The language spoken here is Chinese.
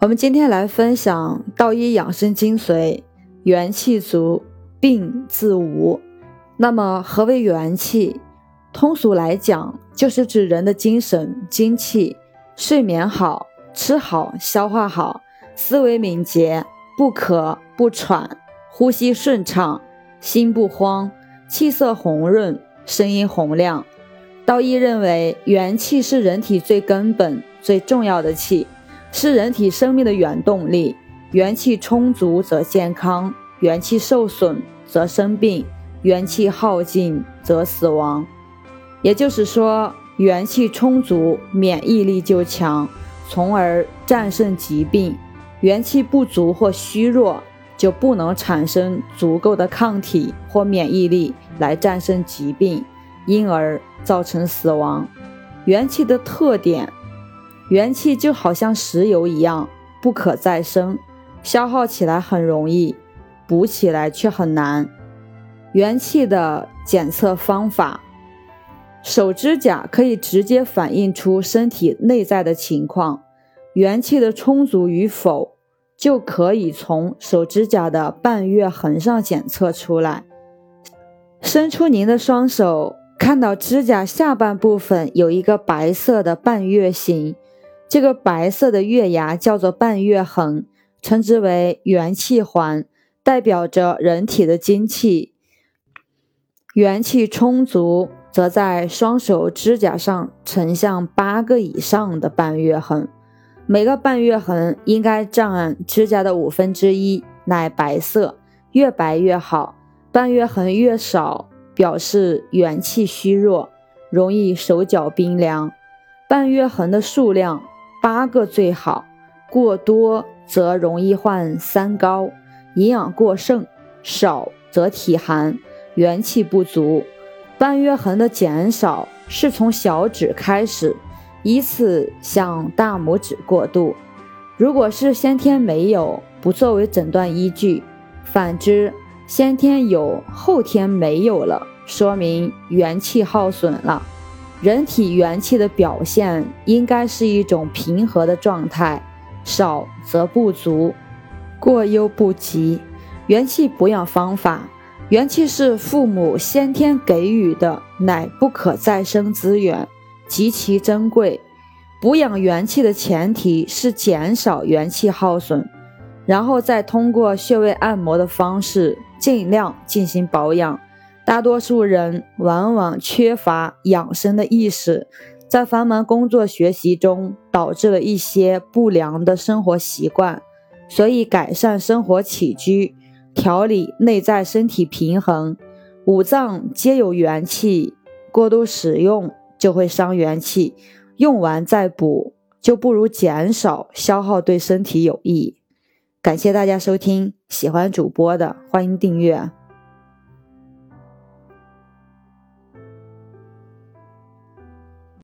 我们今天来分享道医养生精髓，元气足，病自无。那么何为元气？通俗来讲，就是指人的精神、精气，睡眠好，吃好，消化好，思维敏捷，不咳不喘，呼吸顺畅，心不慌，气色红润，声音洪亮。道医认为，元气是人体最根本、最重要的气，是人体生命的原动力。元气充足则健康，元气受损则生病，元气耗尽则死亡。也就是说，元气充足，免疫力就强，从而战胜疾病；元气不足或虚弱，就不能产生足够的抗体或免疫力来战胜疾病，因而造成死亡。元气的特点，元气就好像石油一样，不可再生，消耗起来很容易，补起来却很难。元气的检测方法，手指甲可以直接反映出身体内在的情况，元气的充足与否，就可以从手指甲的半月痕上检测出来。伸出您的双手，看到指甲下半部分有一个白色的半月形，这个白色的月牙叫做半月痕，称之为元气环，代表着人体的精气。元气充足，则在双手指甲上呈现8个以上的半月痕，每个半月痕应该占指甲的1/5，乃白色，越白越好。半月痕越少，表示元气虚弱，容易手脚冰凉。半月痕的数量8个最好，过多则容易患三高，营养过剩，少则体寒，元气不足。半月痕的减少是从小指开始，依次向大拇指过渡。如果是先天没有，不作为诊断依据；反之，先天有，后天没有了，说明元气耗损了。人体元气的表现应该是一种平和的状态，少则不足，过犹不及。元气补养方法，元气是父母先天给予的，乃不可再生资源，极其珍贵。补养元气的前提是减少元气耗损，然后再通过穴位按摩的方式尽量进行保养。大多数人往往缺乏养生的意识，在繁忙工作学习中导致了一些不良的生活习惯，所以改善生活起居，调理内在身体平衡。五脏皆有元气，过度使用就会伤元气，用完再补就不如减少消耗，对身体有益。感谢大家收听，喜欢主播的欢迎订阅。